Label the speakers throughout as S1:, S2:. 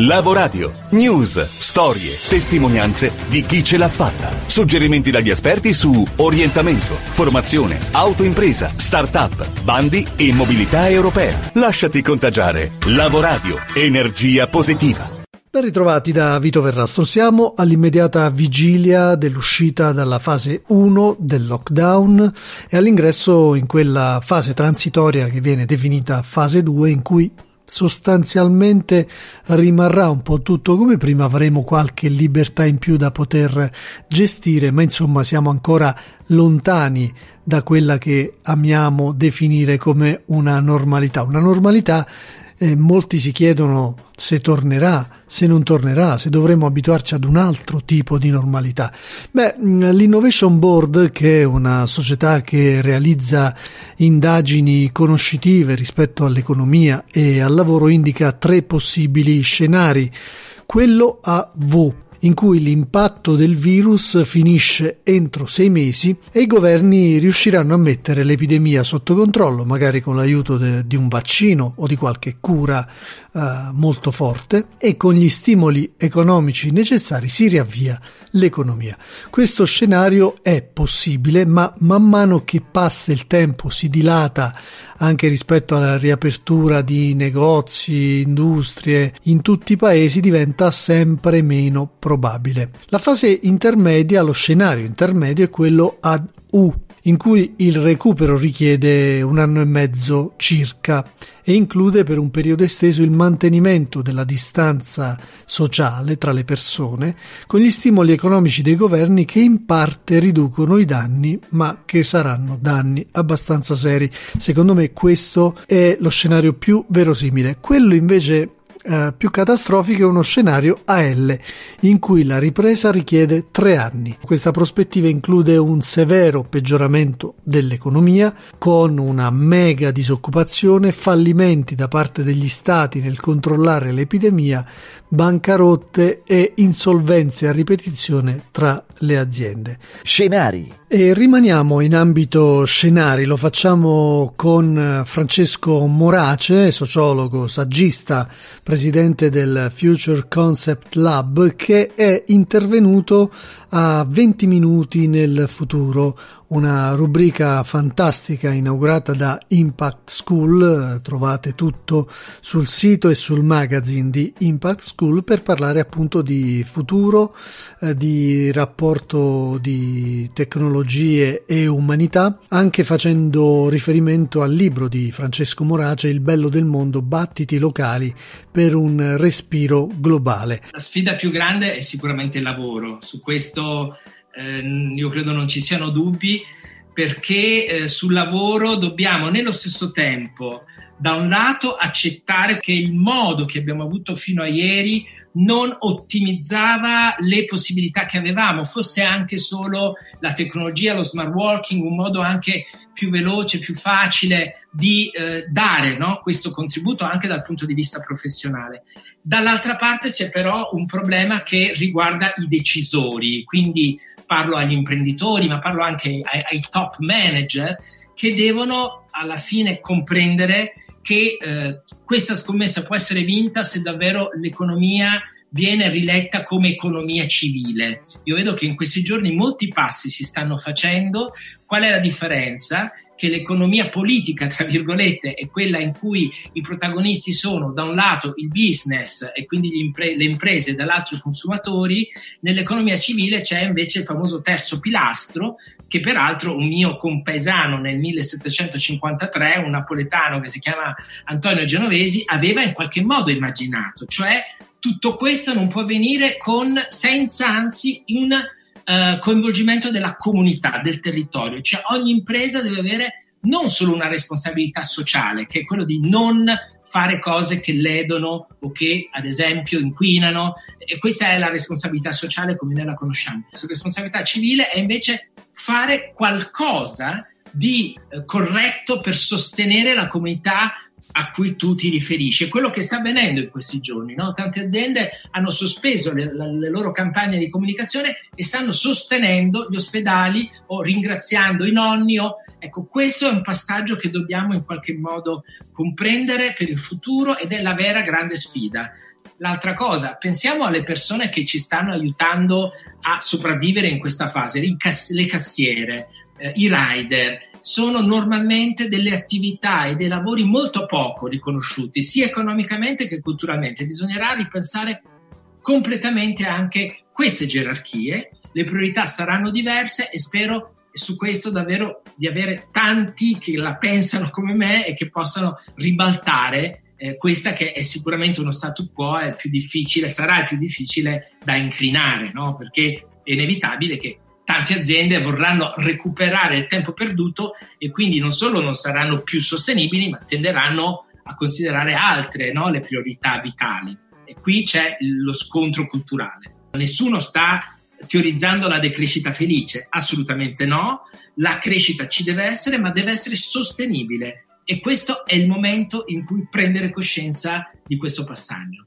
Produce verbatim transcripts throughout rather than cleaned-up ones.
S1: Lavoradio. News, storie, testimonianze di chi ce l'ha fatta. Suggerimenti dagli esperti su orientamento, formazione, autoimpresa, start-up, bandi e mobilità europea. Lasciati contagiare. Lavoradio. Energia positiva.
S2: Ben ritrovati da Vito Verrastro. Siamo all'immediata vigilia dell'uscita dalla fase uno del lockdown e all'ingresso in quella fase transitoria che viene definita fase due, in cui sostanzialmente rimarrà un po' tutto come prima, avremo qualche libertà in più da poter gestire, ma insomma siamo ancora lontani da quella che amiamo definire come una normalità. Una normalità Eh, molti si chiedono se tornerà, se non tornerà, se dovremo abituarci ad un altro tipo di normalità. Beh, l'Innovation Board, che è una società che realizza indagini conoscitive rispetto all'economia e al lavoro, indica tre possibili scenari. Quello a V, in cui l'impatto del virus finisce entro sei mesi e i governi riusciranno a mettere l'epidemia sotto controllo, magari con l'aiuto de, di un vaccino o di qualche cura eh, molto forte, e con gli stimoli economici necessari si riavvia l'economia. Questo scenario è possibile, ma man mano che passa il tempo si dilata anche rispetto alla riapertura di negozi, industrie in tutti i paesi, diventa sempre meno probabile. La fase intermedia, lo scenario intermedio, è quello ad U, in cui il recupero richiede un anno e mezzo circa e include per un periodo esteso il mantenimento della distanza sociale tra le persone, con gli stimoli economici dei governi che in parte riducono i danni, ma che saranno danni abbastanza seri. Secondo me questo è lo scenario più verosimile. Quello invece Uh, più catastrofico è uno scenario A L, in cui la ripresa richiede tre anni. Questa prospettiva include un severo peggioramento dell'economia, con una mega disoccupazione, fallimenti da parte degli stati nel controllare l'epidemia, bancarotte e insolvenze a ripetizione tra le aziende.
S3: Scenari.
S2: E rimaniamo in ambito scenari, lo facciamo con Francesco Morace, sociologo, saggista, presidente del Future Concept Lab, che è intervenuto a venti minuti nel futuro, una rubrica fantastica inaugurata da Impact School. Trovate tutto sul sito e sul magazine di Impact School per parlare appunto di futuro, eh, di rapporto di tecnologie e umanità, anche facendo riferimento al libro di Francesco Morace, Il bello del mondo, battiti locali per un respiro globale.
S4: La sfida più grande è sicuramente il lavoro. Su questo eh, io credo non ci siano dubbi, perché eh, sul lavoro dobbiamo nello stesso tempo da un lato accettare che il modo che abbiamo avuto fino a ieri non ottimizzava le possibilità che avevamo, fosse anche solo la tecnologia, lo smart working, un modo anche più veloce, più facile di eh, dare, no, questo contributo anche dal punto di vista professionale. Dall'altra parte c'è però un problema che riguarda i decisori, quindi parlo agli imprenditori, ma parlo anche ai, ai top manager, che devono alla fine comprendere che eh, questa scommessa può essere vinta se davvero l'economia viene riletta come economia civile. Io vedo che in questi giorni molti passi si stanno facendo. Qual è la differenza? Che l'economia politica, tra virgolette, è quella in cui i protagonisti sono da un lato il business e quindi gli impre- le imprese, dall'altro i consumatori. Nell'economia civile c'è invece il famoso terzo pilastro, che peraltro un mio compaesano nel millesettecentocinquantatré, un napoletano che si chiama Antonio Genovesi, aveva in qualche modo immaginato, cioè tutto questo non può avvenire con, senza anzi un uh, coinvolgimento della comunità, del territorio, cioè ogni impresa deve avere non solo una responsabilità sociale, che è quello di non fare cose che ledono o che ad esempio inquinano, e questa è la responsabilità sociale come noi la conosciamo. La responsabilità civile è invece fare qualcosa di eh, corretto per sostenere la comunità a cui tu ti riferisci. È quello che sta avvenendo in questi giorni, no? Tante aziende hanno sospeso le, le loro campagne di comunicazione e stanno sostenendo gli ospedali o ringraziando i nonni o... Ecco, questo è un passaggio che dobbiamo in qualche modo comprendere per il futuro ed è la vera grande sfida. l'altra cosa, pensiamo alle persone che ci stanno aiutando a sopravvivere in questa fase, i cass- le cassiere, eh, i rider, sono normalmente delle attività e dei lavori molto poco riconosciuti, sia economicamente che culturalmente. Bisognerà ripensare completamente anche queste gerarchie, le priorità saranno diverse e spero su questo davvero di avere tanti che la pensano come me e che possano ribaltare eh, questa che è sicuramente uno status quo, è più difficile, sarà il più difficile da inclinare, no? Perché è inevitabile che tante aziende vorranno recuperare il tempo perduto e quindi non solo non saranno più sostenibili, ma tenderanno a considerare altre, no? Le priorità vitali. E qui c'è lo scontro culturale. Nessuno sta teorizzando la decrescita felice, assolutamente no. La crescita ci deve essere, ma deve essere sostenibile. E questo è il momento in cui prendere coscienza di questo passaggio.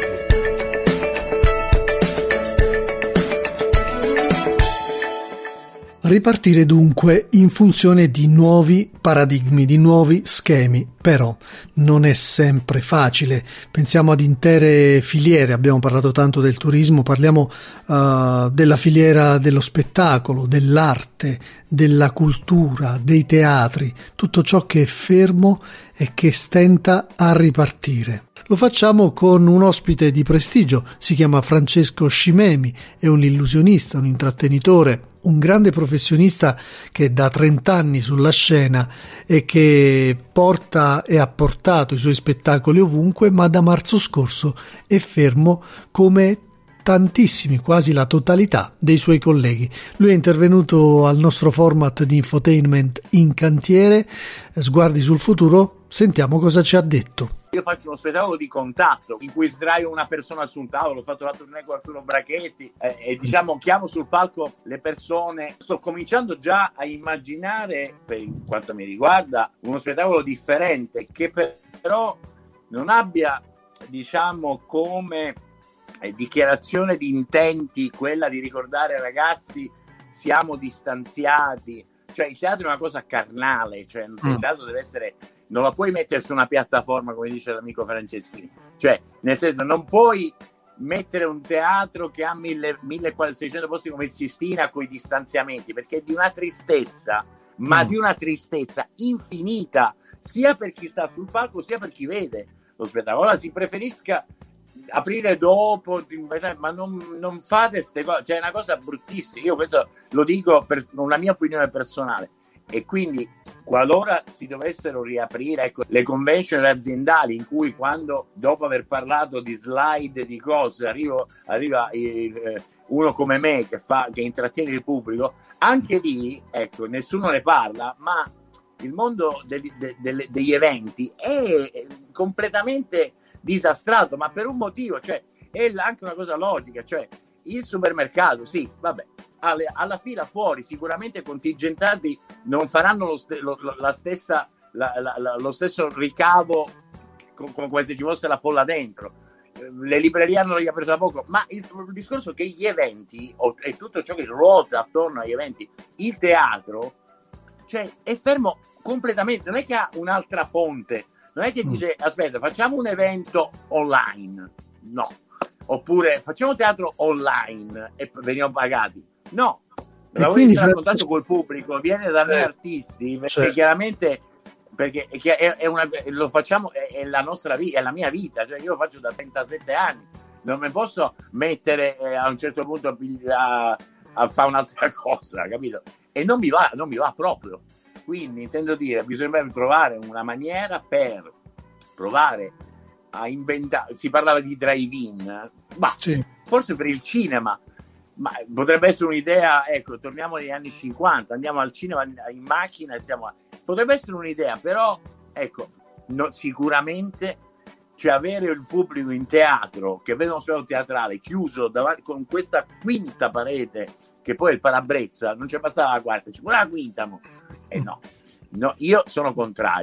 S2: Ripartire dunque in funzione di nuovi paradigmi, di nuovi schemi, però non è sempre facile. Pensiamo ad intere filiere, abbiamo parlato tanto del turismo, parliamo uh, della filiera dello spettacolo, dell'arte, della cultura, dei teatri, tutto ciò che è fermo e che stenta a ripartire. Lo facciamo con un ospite di prestigio, si chiama Francesco Scimemi, è un illusionista, un intrattenitore, un grande professionista che è da trent'anni sulla scena e che porta e ha portato i suoi spettacoli ovunque, ma da marzo scorso è fermo come tantissimi, quasi la totalità dei suoi colleghi. Lui è intervenuto al nostro format di infotainment In Cantiere, Sguardi sul futuro, sentiamo cosa ci ha detto.
S3: Io faccio uno spettacolo di contatto in cui sdraio una persona sul tavolo, ho fatto la tournée con Arturo Brachetti eh, e diciamo chiamo sul palco le persone. Sto cominciando già a immaginare, per quanto mi riguarda, uno spettacolo differente che però non abbia, diciamo, come eh, dichiarazione di intenti quella di ricordare ai ragazzi siamo distanziati. Cioè il teatro è una cosa carnale, cioè il teatro deve essere, non la puoi mettere su una piattaforma come dice l'amico Franceschini, cioè nel senso non puoi mettere un teatro che ha milleseicento posti come il Sistina con i distanziamenti, perché è di una tristezza, ma mm. di una tristezza infinita, sia per chi sta sul palco sia per chi vede lo spettacolo. Ora si preferisca aprire dopo, ma non, non fate queste cose, cioè è una cosa bruttissima. Io questo lo dico per una mia opinione personale. E quindi qualora si dovessero riaprire, ecco, le convention aziendali in cui quando dopo aver parlato di slide di cose arrivo, arriva eh, uno come me che fa che intrattiene il pubblico, anche lì ecco nessuno ne parla, ma il mondo degli, de, de, degli eventi è completamente disastrato, ma per un motivo, cioè è anche una cosa logica, cioè il supermercato, sì, vabbè, alle, alla fila fuori sicuramente contingentati non faranno lo, st- lo, la stessa, la, la, la, lo stesso ricavo co- come se ci fosse la folla dentro. Le librerie hanno riaperto da poco, ma il, il discorso è che gli eventi o, e tutto ciò che ruota attorno agli eventi, il teatro, cioè è fermo completamente, non è che ha un'altra fonte, non è che dice aspetta facciamo un evento online, no, oppure facciamo teatro online e veniamo pagati, no, lavoriamo in contatto col pubblico, viene da noi eh, artisti, perché certo. chiaramente perché è, è una, lo facciamo, è, è la nostra vita, è la mia vita, cioè io lo faccio da trentasette anni, non mi posso mettere eh, a un certo punto a, a, a fare un'altra cosa, capito? E non mi va, non mi va proprio. Quindi intendo dire, bisogna trovare una maniera per provare a inventare. Si parlava di drive-in, ma sì. forse per il cinema, ma potrebbe essere un'idea. Ecco, torniamo negli anni cinquanta, andiamo al cinema in macchina e stiamo. A, potrebbe essere un'idea, però ecco, no, sicuramente cioè avere il pubblico in teatro che vede uno spettacolo teatrale chiuso davanti, con questa quinta parete che poi è il parabrezza, non c'è bastava la quarta, ci vuole la quinta. Mo. Eh no. no, io sono contrario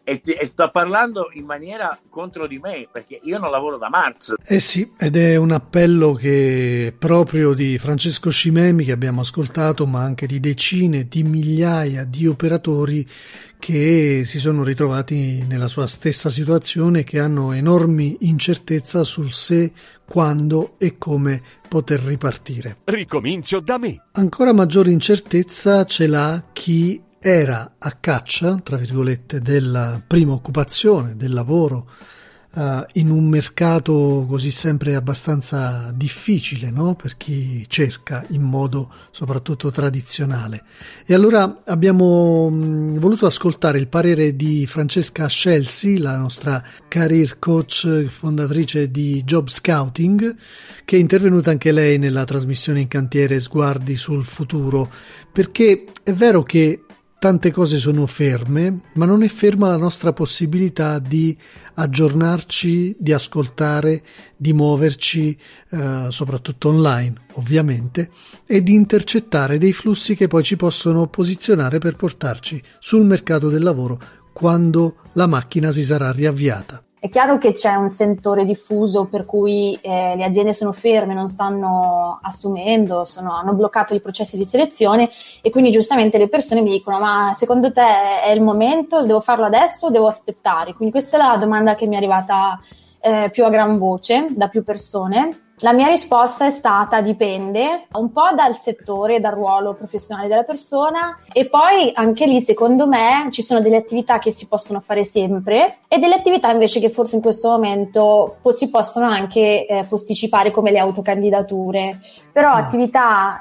S3: e, ti, e sto parlando in maniera contro di me, perché io non lavoro da marzo.
S2: Eh sì, ed è un appello che è proprio di Francesco Scimemi, che abbiamo ascoltato, ma anche di decine di migliaia di operatori che si sono ritrovati nella sua stessa situazione, che hanno enormi incertezza sul se, quando e come poter ripartire.
S1: Ricomincio da me.
S2: Ancora maggiore incertezza ce l'ha chi era a caccia, tra virgolette, della prima occupazione, del lavoro, uh, in un mercato così sempre abbastanza difficile, no? Per chi cerca in modo soprattutto tradizionale. E allora abbiamo mh, voluto ascoltare il parere di Francesca Scelsi, la nostra career coach, fondatrice di Job Scouting, che è intervenuta anche lei nella trasmissione In Cantiere Sguardi sul Futuro, perché è vero che tante cose sono ferme, ma non è ferma la nostra possibilità di aggiornarci, di ascoltare, di muoverci, eh, soprattutto online, ovviamente, e di intercettare dei flussi che poi ci possono posizionare per portarci sul mercato del lavoro quando la macchina si sarà riavviata.
S5: È chiaro che c'è un sentore diffuso per cui eh, le aziende sono ferme, non stanno assumendo, sono, hanno bloccato i processi di selezione e quindi giustamente le persone mi dicono: ma secondo te è il momento, devo farlo adesso o devo aspettare? Quindi questa è la domanda che mi è arrivata eh, più a gran voce da più persone. La mia risposta è stata: dipende un po' dal settore, dal ruolo professionale della persona, e poi anche lì secondo me ci sono delle attività che si possono fare sempre e delle attività invece che forse in questo momento po- si possono anche eh, posticipare, come le autocandidature. Però attività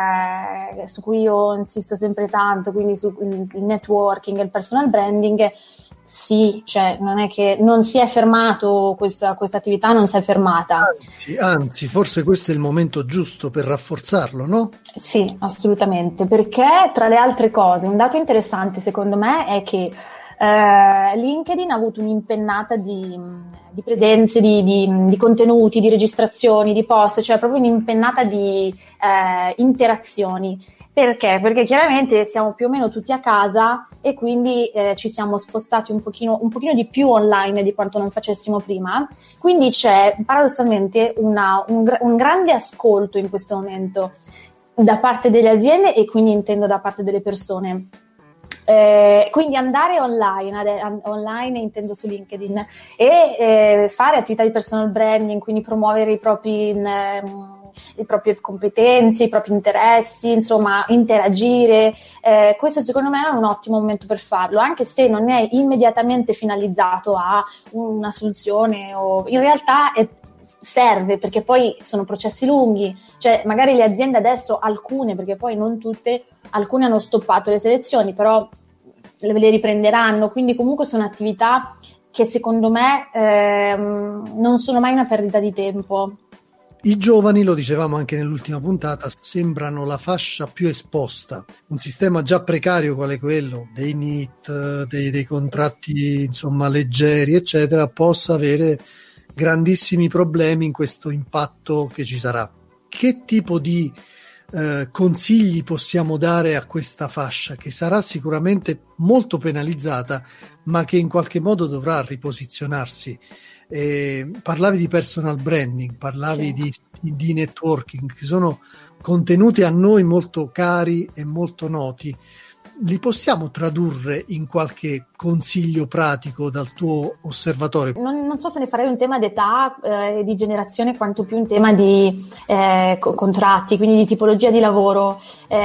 S5: eh, su cui io insisto sempre tanto, quindi sul il networking, il personal branding, sì, cioè non è che non si è fermato, questa, questa attività non si è fermata.
S2: Anzi, anzi, forse questo è il momento giusto per rafforzarlo, no?
S5: Sì, assolutamente, perché tra le altre cose un dato interessante secondo me è che eh, LinkedIn ha avuto un'impennata di, di presenze, di, di, di contenuti, di registrazioni, di post, cioè proprio un'impennata di eh, interazioni. Perché? Perché chiaramente siamo più o meno tutti a casa e quindi eh, ci siamo spostati un pochino, un pochino di più online di quanto non facessimo prima. Quindi c'è paradossalmente una, un, un grande ascolto in questo momento da parte delle aziende e quindi intendo da parte delle persone. Eh, quindi andare online, ad, online intendo su LinkedIn, e eh, fare attività di personal branding, quindi promuovere i propri... Eh, le proprie competenze, i propri interessi, insomma interagire, eh, questo secondo me è un ottimo momento per farlo, anche se non è immediatamente finalizzato a una soluzione, o in realtà è, serve, perché poi sono processi lunghi, cioè magari le aziende adesso, alcune, perché poi non tutte, alcune hanno stoppato le selezioni, però le, le riprenderanno, quindi comunque sono attività che secondo me ehm, non sono mai una perdita di tempo.
S2: I giovani, lo dicevamo anche nell'ultima puntata, sembrano la fascia più esposta. Un sistema già precario quale quello dei N I T, dei, dei contratti insomma leggeri, eccetera, possa avere grandissimi problemi in questo impatto che ci sarà. Che tipo di eh, consigli possiamo dare a questa fascia, che sarà sicuramente molto penalizzata, ma che in qualche modo dovrà riposizionarsi? Eh, parlavi di personal branding, parlavi sì. di, di networking, che sono contenuti a noi molto cari e molto noti. Li possiamo tradurre in qualche consiglio pratico dal tuo osservatorio?
S5: Non, non so se ne farei un tema d'età e eh, di generazione, quanto più un tema di eh, contratti, quindi di tipologia di lavoro,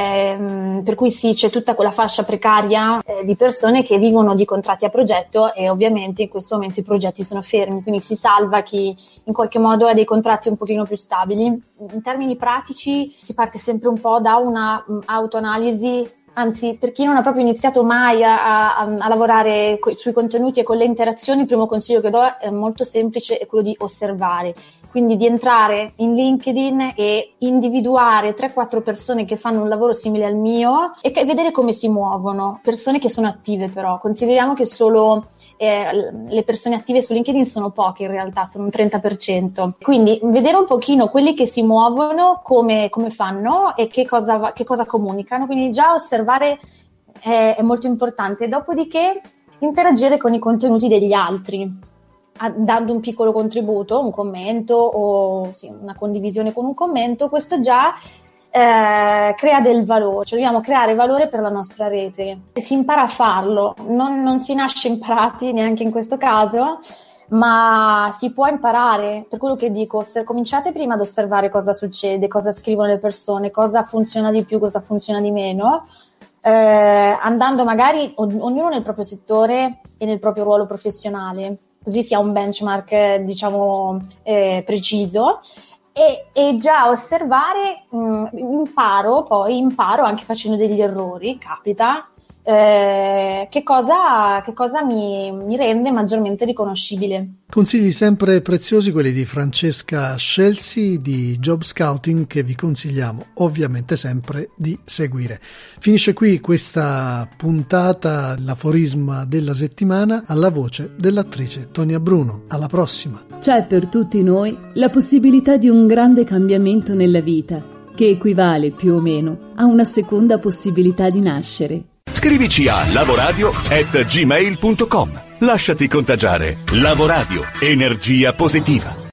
S5: eh, per cui sì, c'è tutta quella fascia precaria eh, di persone che vivono di contratti a progetto, e ovviamente in questo momento i progetti sono fermi, quindi si salva chi in qualche modo ha dei contratti un pochino più stabili. In termini pratici si parte sempre un po' da una um, autoanalisi. Anzi, per chi non ha proprio iniziato mai a, a, a lavorare co- sui contenuti e con le interazioni, il primo consiglio che do è molto semplice, è quello di osservare. Quindi di entrare in LinkedIn e individuare tre quattro persone che fanno un lavoro simile al mio e che, vedere come si muovono. Persone che sono attive, però. Consideriamo che solo eh, le persone attive su LinkedIn sono poche, in realtà sono un trenta per cento. Quindi vedere un pochino quelli che si muovono, come, come fanno e che cosa, che cosa comunicano. Quindi già osservare è, è molto importante. Dopodiché interagire con i contenuti degli altri, dando un piccolo contributo, un commento o sì, una condivisione con un commento. Questo già eh, crea del valore, cioè dobbiamo creare valore per la nostra rete e si impara a farlo, non, non si nasce imparati neanche in questo caso, ma si può imparare. Per quello che dico, cominciate prima ad osservare cosa succede, cosa scrivono le persone, cosa funziona di più, cosa funziona di meno, eh, andando magari ognuno nel proprio settore e nel proprio ruolo professionale, così si ha un benchmark eh, diciamo eh, preciso, e, e già osservare, mh, imparo poi imparo anche facendo degli errori, capita, eh, che cosa, che cosa mi, mi rende maggiormente riconoscibile.
S2: Consigli sempre preziosi quelli di Francesca Scelsi di Job Scouting, che vi consigliamo ovviamente sempre di seguire. Finisce qui questa puntata, l'aforisma della settimana, alla voce dell'attrice Tonia Bruno. Alla prossima.
S6: C'è per tutti noi la possibilità di un grande cambiamento nella vita, che equivale più o meno a una seconda possibilità di nascere.
S1: Scrivici a lavoradio at gmail punto com. Lasciati contagiare. Lavoradio. Energia positiva.